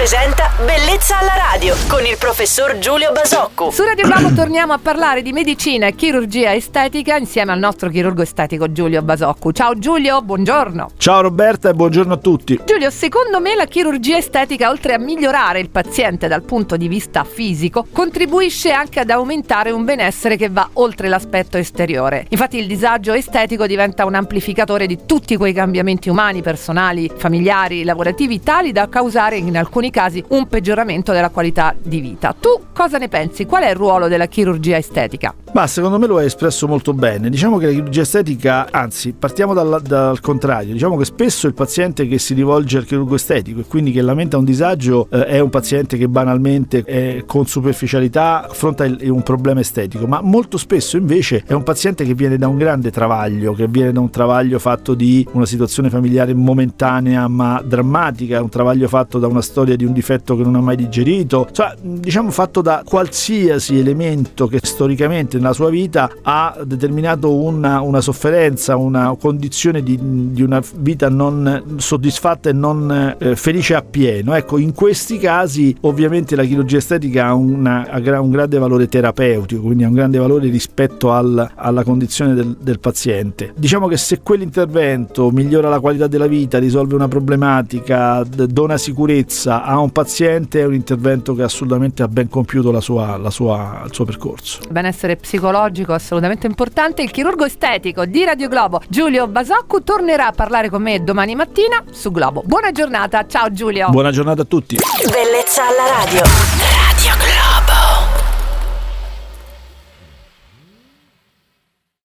presenta Bellezza alla radio con il professor Giulio Basocco. Su Radio Globo torniamo a parlare di medicina e chirurgia estetica insieme al nostro chirurgo estetico Giulio Basocco. Ciao Giulio, buongiorno. Ciao Roberta e buongiorno a tutti. Giulio, secondo me la chirurgia estetica, oltre a migliorare il paziente dal punto di vista fisico, contribuisce anche ad aumentare un benessere che va oltre l'aspetto esteriore. Infatti il disagio estetico diventa un amplificatore di tutti quei cambiamenti umani, personali, familiari, lavorativi, tali da causare in alcuni casi un peggioramento della qualità di vita. Tu cosa ne pensi? Qual è il ruolo della chirurgia estetica? Ma secondo me lo hai espresso molto bene. Diciamo che la chirurgia estetica, anzi partiamo dal contrario, diciamo che spesso il paziente che si rivolge al chirurgo estetico e quindi che lamenta un disagio è un paziente che banalmente con superficialità affronta un problema estetico, ma molto spesso invece è un paziente che viene da un grande travaglio, che viene da un travaglio fatto di una situazione familiare momentanea ma drammatica, un travaglio fatto da una storia di un difetto che non ha mai digerito, cioè diciamo fatto da qualsiasi elemento che storicamente nella sua vita ha determinato una sofferenza, una condizione di una vita non soddisfatta e non felice appieno. Ecco, in questi casi ovviamente la chirurgia estetica ha un grande valore terapeutico, quindi ha un grande valore rispetto alla condizione del paziente. Diciamo che se quell'intervento migliora la qualità della vita, risolve una problematica, dona sicurezza a un paziente, è un intervento che assolutamente ha ben compiuto il suo percorso. Benessere psicologico assolutamente importante. Il chirurgo estetico di Radio Globo Giulio Basocco tornerà a parlare con me domani mattina su Globo. Buona giornata, ciao Giulio. Buona giornata a tutti. Bellezza alla radio.